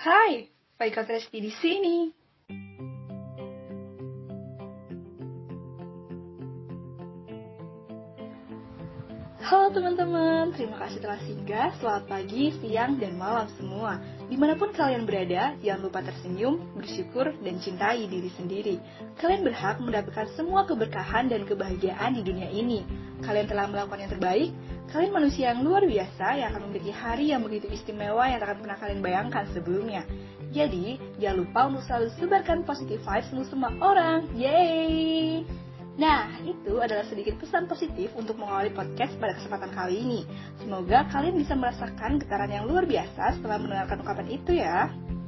Hai, Pak Resti di sini. Halo teman-teman, terima kasih telah singgah. Selamat pagi, siang, dan malam semua. Dimanapun kalian berada, jangan lupa tersenyum, bersyukur, dan cintai diri sendiri. Kalian berhak mendapatkan semua keberkahan dan kebahagiaan di dunia ini. Kalian telah melakukan yang terbaik. Kalian manusia yang luar biasa yang akan memiliki hari yang begitu istimewa yang tak akan pernah kalian bayangkan sebelumnya. Jadi, jangan lupa untuk selalu sebarkan positive vibes untuk semua orang. Yeay! Nah, itu adalah sedikit pesan positif untuk mengawali podcast pada kesempatan kali ini. Semoga kalian bisa merasakan getaran yang luar biasa setelah mendengarkan ungkapan itu ya.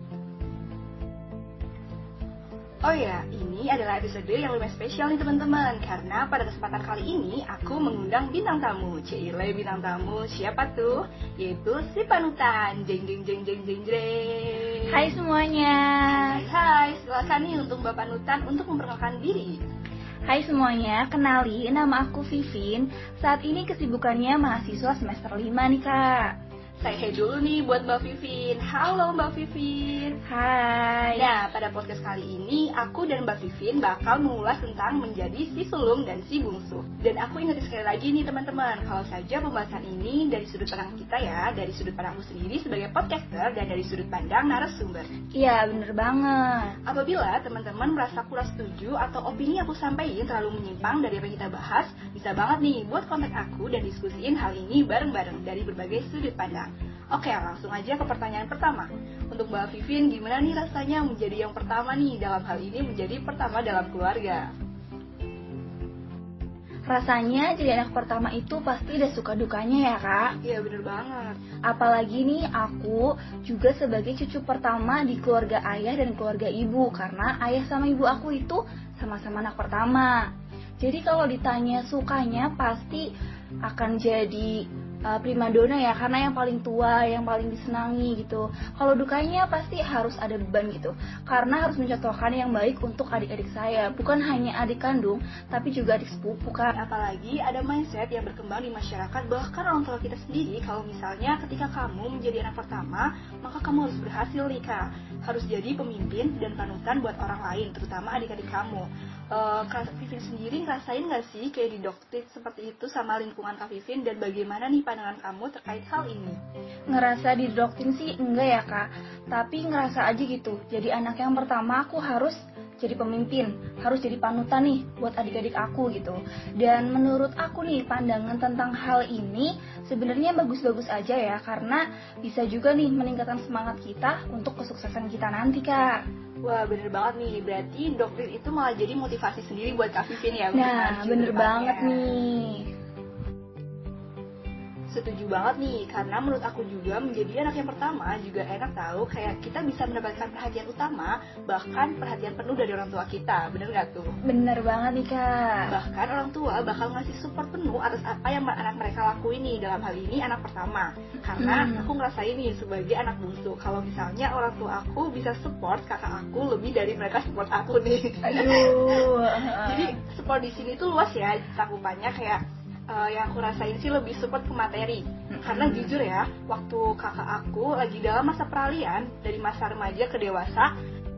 Oh ya, ini adalah episode yang lumayan spesial nih teman-teman. Karena pada kesempatan kali ini aku mengundang bintang tamu. Cile bintang tamu, siapa tuh? Yaitu si Panutan. Jeng jeng jeng jeng jeng jeng. Hai semuanya. Hai, silakan nih untuk Mbak Panutan untuk memperkenalkan diri. Hai semuanya, kenali nama aku Vivin. Saat ini kesibukannya mahasiswa semester 5 nih kak. Saya hey dulu nih buat Mbak Vivin. Halo Mbak Vivin. Hai. Nah, pada podcast kali ini aku dan Mbak Vivin bakal mengulas tentang menjadi si sulung dan si bungsu. Dan aku ingetin sekali lagi nih teman-teman, kalau saja pembahasan ini dari sudut pandang kita ya, dari sudut pandang aku sendiri sebagai podcaster dan dari sudut pandang narasumber. Iya, bener banget. Apabila teman-teman merasa kurang setuju atau opini aku sampaikan terlalu menyimpang dari apa yang kita bahas, bisa banget nih buat kontak aku dan diskusiin hal ini bareng-bareng dari berbagai sudut pandang. Oke, langsung aja ke pertanyaan pertama. Untuk Mbak Vivin, gimana nih rasanya menjadi yang pertama nih dalam hal ini menjadi pertama dalam keluarga? Rasanya jadi anak pertama itu pasti ada suka dukanya ya kak. Iya bener banget. Apalagi nih aku juga sebagai cucu pertama di keluarga ayah dan keluarga ibu. Karena ayah sama ibu aku itu sama-sama anak pertama. Jadi kalau ditanya sukanya pasti akan jadi primadona ya, karena yang paling tua, yang paling disenangi gitu. Kalau dukanya pasti harus ada beban gitu, karena harus mencontohkan yang baik untuk adik-adik saya, bukan hanya adik kandung, tapi juga adik sepupu kan. Apalagi ada mindset yang berkembang di masyarakat, bahkan orang tua kita sendiri, kalau misalnya ketika kamu menjadi anak pertama, maka kamu harus berhasil nih kak, harus jadi pemimpin dan panutan buat orang lain, terutama adik-adik kamu. Kak Vivin sendiri ngerasain gak sih kayak didoktrin seperti itu sama lingkungan Kak Vivin, dan bagaimana nih pandangan kamu terkait hal ini? Ngerasa didoktrin sih enggak ya kak, tapi ngerasa aja gitu, jadi anak yang pertama aku harus jadi pemimpin, harus jadi panutan nih buat adik-adik aku gitu. Dan menurut aku nih pandangan tentang hal ini sebenarnya bagus-bagus aja ya, karena bisa juga nih meningkatkan semangat kita untuk kesuksesan kita nanti kak. Wah bener banget nih, berarti doktrin itu malah jadi motivasi sendiri buat Kak Vivin ya. Nah bener banget nih. Setuju banget nih, karena menurut aku juga menjadi anak yang pertama juga enak tahu kayak kita bisa mendapatkan perhatian utama, bahkan perhatian penuh dari orang tua kita, bener gak tuh? Bener banget nih kak. Bahkan orang tua bakal ngasih support penuh atas apa yang anak mereka lakuin nih, dalam hal ini anak pertama. Karena aku ngerasain nih sebagai anak bungsu, kalau misalnya orang tua aku bisa support kakak aku lebih dari mereka support aku nih. Aduh. Jadi support di sini tuh luas ya cakupannya, kayak yang aku rasain sih lebih support ke materi. Karena jujur ya, waktu kakak aku lagi dalam masa peralihan dari masa remaja ke dewasa,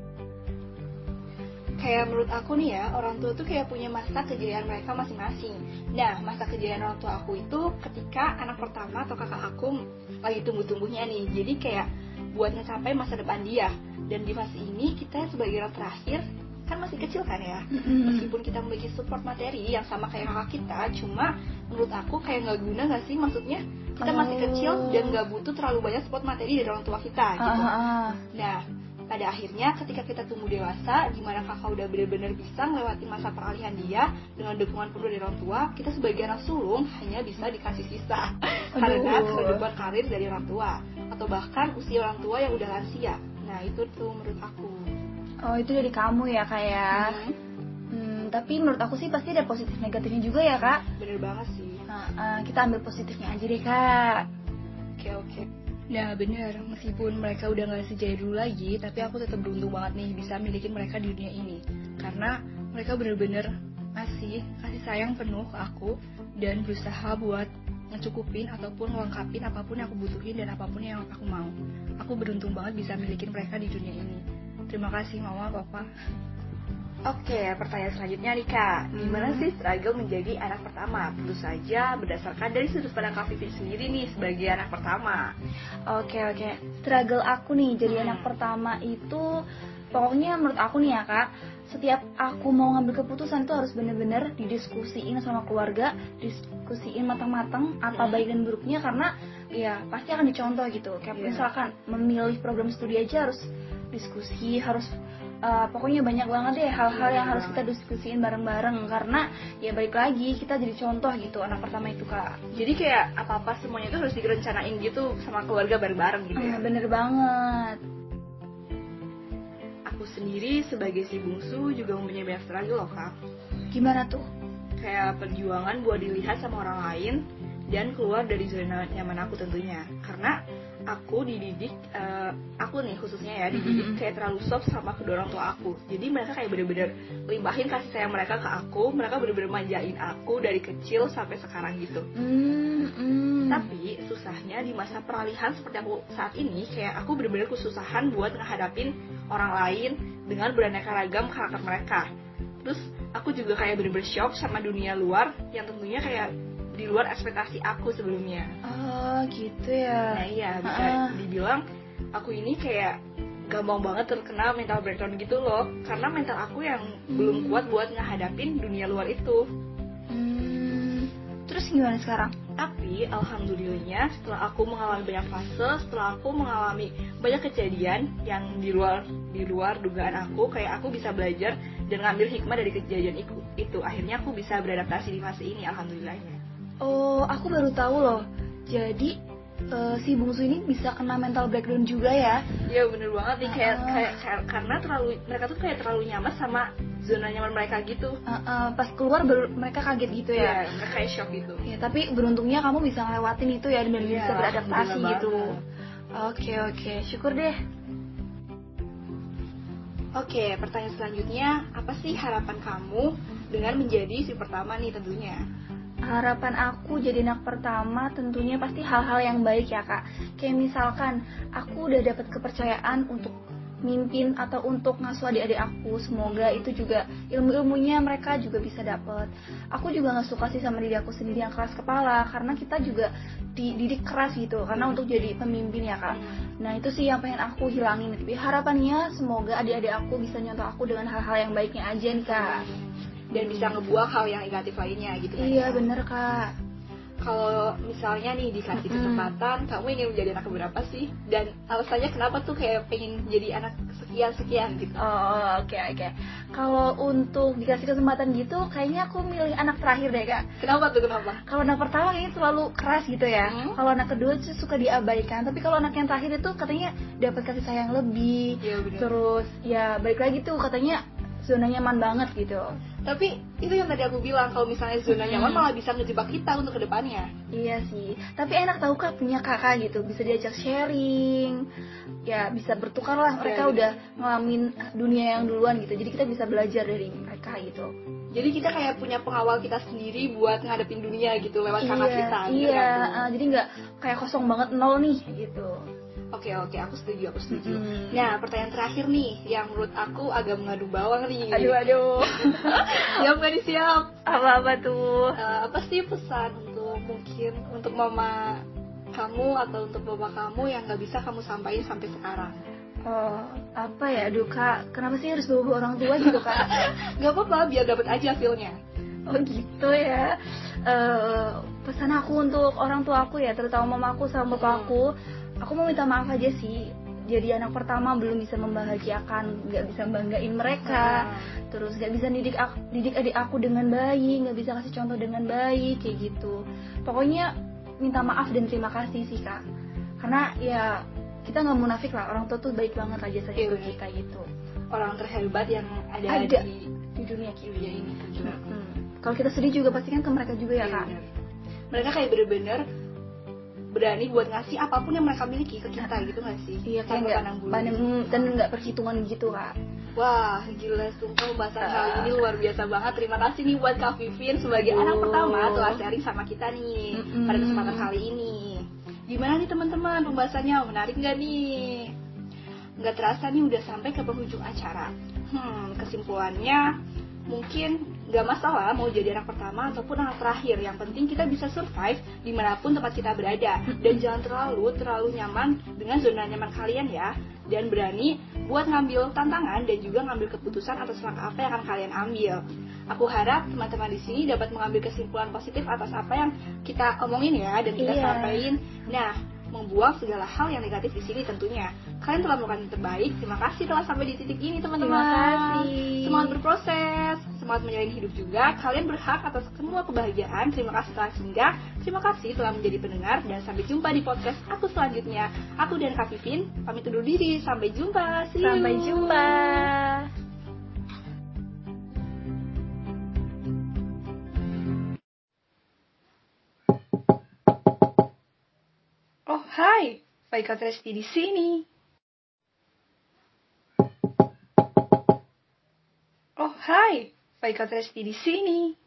kayak menurut aku nih ya, orang tua tuh kayak punya masa kejayaan mereka masing-masing. Nah, masa kejayaan orang tua aku itu ketika anak pertama atau kakak aku lagi tumbuh-tumbuhnya nih. Jadi kayak buat ngecapai masa depan dia. Dan di fase ini kita sebagai orang terakhir kan masih kecil kan ya, meskipun kita memiliki support materi yang sama kayak kakak kita, cuma menurut aku kayak nggak guna nggak sih, maksudnya kita masih kecil dan nggak butuh terlalu banyak support materi dari orang tua kita gitu. Nah, pada akhirnya ketika kita tumbuh dewasa, dimana kakak udah benar-benar bisa melewati masa peralihan dia dengan dukungan penuh dari orang tua, kita sebagai anak sulung hanya bisa dikasih sisa karena kehidupan karir dari orang tua atau bahkan usia orang tua yang udah lansia. Nah itu tuh menurut aku. Oh itu dari kamu ya kak ya. Tapi menurut aku sih pasti ada positif negatifnya juga ya kak. Bener banget sih. Kita ambil positifnya aja deh kak. Oke. Nah bener, meskipun mereka udah gak sejaya dulu lagi, tapi aku tetap beruntung banget nih bisa milikin mereka di dunia ini. Karena mereka bener-bener kasih sayang penuh ke aku dan berusaha buat ngecukupin ataupun ngelengkapin apapun yang aku butuhin dan apapun yang aku mau. Aku beruntung banget bisa milikin mereka di dunia ini. Terima kasih Mama, Papa. Oke, pertanyaan selanjutnya nih Kak, gimana sih struggle menjadi anak pertama? Tentu saja berdasarkan dari sudut pandang Kak Vivi sendiri nih sebagai anak pertama. Oke, struggle aku nih jadi anak pertama itu, pokoknya menurut aku nih ya Kak, setiap aku mau ngambil keputusan itu harus bener-bener didiskusiin sama keluarga, diskusiin matang-matang apa baik dan buruknya, karena ya pasti akan dicontoh gitu. Kayak misalkan memilih program studi aja harus diskusi, harus pokoknya banyak banget deh hal-hal yang harus kita diskusiin bareng-bareng, karena ya balik lagi kita jadi contoh gitu anak pertama itu Kak. Jadi kayak apa-apa semuanya itu harus direncanain gitu sama keluarga bareng-bareng gitu ya. Bener banget. Aku sendiri sebagai si bungsu juga mempunyai banyak struggle loh Kak. Gimana tuh? Kayak perjuangan buat dilihat sama orang lain dan keluar dari zona nyaman aku tentunya. Karena aku dididik, aku nih khususnya ya dididik kayak terlalu soft sama kedua orang tua aku. Jadi mereka kayak bener-bener limpahin kasih sayang mereka ke aku. Mereka bener-bener manjain aku dari kecil sampai sekarang gitu. Tapi susahnya di masa peralihan seperti aku saat ini, kayak aku bener-bener kesusahan buat ngehadapin orang lain dengan beraneka ragam karakter mereka. Terus aku juga kayak bener-bener shock sama dunia luar yang tentunya kayak di luar ekspektasi aku sebelumnya. Oh gitu ya. Nah iya, bisa dibilang aku ini kayak gampang banget terkena mental breakdown gitu loh. Karena mental aku yang belum kuat buat ngehadapin dunia luar itu. Terus gimana sekarang? Tapi alhamdulillahnya setelah aku mengalami banyak fase, setelah aku mengalami banyak kejadian yang di luar dugaan aku, kayak aku bisa belajar dan ngambil hikmah dari kejadian itu. Akhirnya aku bisa beradaptasi di fase ini, alhamdulillahnya. Oh, aku baru tahu loh. Jadi si bungsu ini bisa kena mental breakdown juga ya? Iya bener banget nih, kayak karena mereka tuh kayak terlalu nyaman sama zona nyaman mereka gitu. Pas keluar baru mereka kaget gitu ya? Iya, mereka kayak shock gitu. Ya, tapi beruntungnya kamu bisa ngelewatin itu ya dan bisa beradaptasi gitu. Oke, syukur deh. Oke, pertanyaan selanjutnya, apa sih harapan kamu dengan menjadi si pertama nih tentunya? Harapan aku jadi anak pertama tentunya pasti hal-hal yang baik ya Kak. Kayak misalkan aku udah dapat kepercayaan untuk mimpin atau untuk ngasuh adik-adik aku, semoga itu juga ilmu-ilmunya mereka juga bisa dapat. Aku juga nggak suka sih sama diri aku sendiri yang keras kepala, karena kita juga dididik keras gitu karena untuk jadi pemimpin ya Kak. Nah itu sih yang pengen aku hilangin. Tapi harapannya semoga adik-adik aku bisa nyontoh aku dengan hal-hal yang baiknya aja nih Kak. Dan bisa ngebuang hal yang negatif lainnya gitu kan. Iya bener Kak. Kalau misalnya nih dikasih kesempatan, kamu ingin menjadi anak berapa sih? Dan alasannya kenapa tuh kayak pengen jadi anak sekian gitu? Oh oke. Kalau untuk dikasih kesempatan gitu, kayaknya aku milih anak terakhir deh Kak. Kenapa tuh, kenapa? Kalau anak pertama kayaknya terlalu keras gitu ya. Kalau anak kedua tuh suka diabaikan. Tapi kalau anak yang terakhir itu katanya dapat kasih sayang lebih. Iya, terus ya balik lagi tuh katanya zona nyaman banget gitu. Tapi itu yang tadi aku bilang, kalau misalnya zona nyaman malah bisa ngejebak kita untuk kedepannya. Iya sih, tapi enak tahu Kak punya kakak gitu, bisa diajak sharing, ya bisa bertukar lah, mereka udah ngalamin dunia yang duluan gitu, jadi kita bisa belajar dari mereka gitu. Jadi kita kayak punya pengawal kita sendiri buat ngadepin dunia gitu lewat kakak kita. Iya, jadi nggak kayak kosong banget, nol nih gitu. Oke, aku setuju. Nah, pertanyaan terakhir nih, yang menurut aku agak mengadu bawang nih. Aduh. Siap gak nih, siap? Apa tuh? Apa sih pesan untuk mama kamu atau untuk bapak kamu yang gak bisa kamu sampaikan sampai sekarang? Oh, apa ya, aduh Kak, kenapa sih harus bawa orang tua gitu Kak? Gak apa-apa, biar dapat aja feel-nya. Oh gitu ya. Pesan aku untuk orang tua aku ya, terutama mama aku sama bapak aku mau minta maaf aja sih. Jadi anak pertama belum bisa membahagiakan, nggak bisa banggain mereka, terus nggak bisa didik adik aku dengan baik, nggak bisa kasih contoh dengan baik kayak gitu. Pokoknya minta maaf dan terima kasih sih Kak. Karena ya kita nggak munafik lah, orang tua tuh baik banget aja saja ke kita gitu. Orang terhebat yang ada di dunia ini. Kalau kita sedih juga pasti kan ke mereka juga ya Kak. Mereka kayak bener-bener berani buat ngasih apapun yang mereka miliki ke kita gitu nggak sih? Iya, kayak dan nggak perhitungan gitu Kak. Wah, gila, sumpah pembahasan kali ini luar biasa banget. Terima kasih nih buat Kak Vivin sebagai anak pertama telah sharing sama kita nih pada kesempatan kali ini. Gimana nih teman-teman, pembahasannya menarik nggak nih? Nggak terasa nih udah sampai ke penghujung acara. Kesimpulannya mungkin nggak masalah mau jadi anak pertama ataupun anak terakhir. Yang penting kita bisa survive dimanapun tempat kita berada. Dan jangan terlalu nyaman dengan zona nyaman kalian ya. Dan berani buat ngambil tantangan dan juga ngambil keputusan atas langkah apa yang akan kalian ambil. Aku harap teman-teman di sini dapat mengambil kesimpulan positif atas apa yang kita omongin ya dan kita sampaikan. Nah, membuang segala hal yang negatif di sini tentunya. Kalian telah melakukan yang terbaik. Terima kasih telah sampai di titik ini teman-teman. Terima kasih. Semangat berproses, semangat menjalani hidup juga. Kalian berhak atas semua kebahagiaan. Terima kasih telah singgah. Terima kasih telah menjadi pendengar dan sampai jumpa di podcast aku selanjutnya. Aku dan Kak Vivin pamit undur diri. Sampai jumpa. See you. Sampai jumpa. Oh, hai. Baik Resti di sini. Oh, hai. Baik Resti di sini.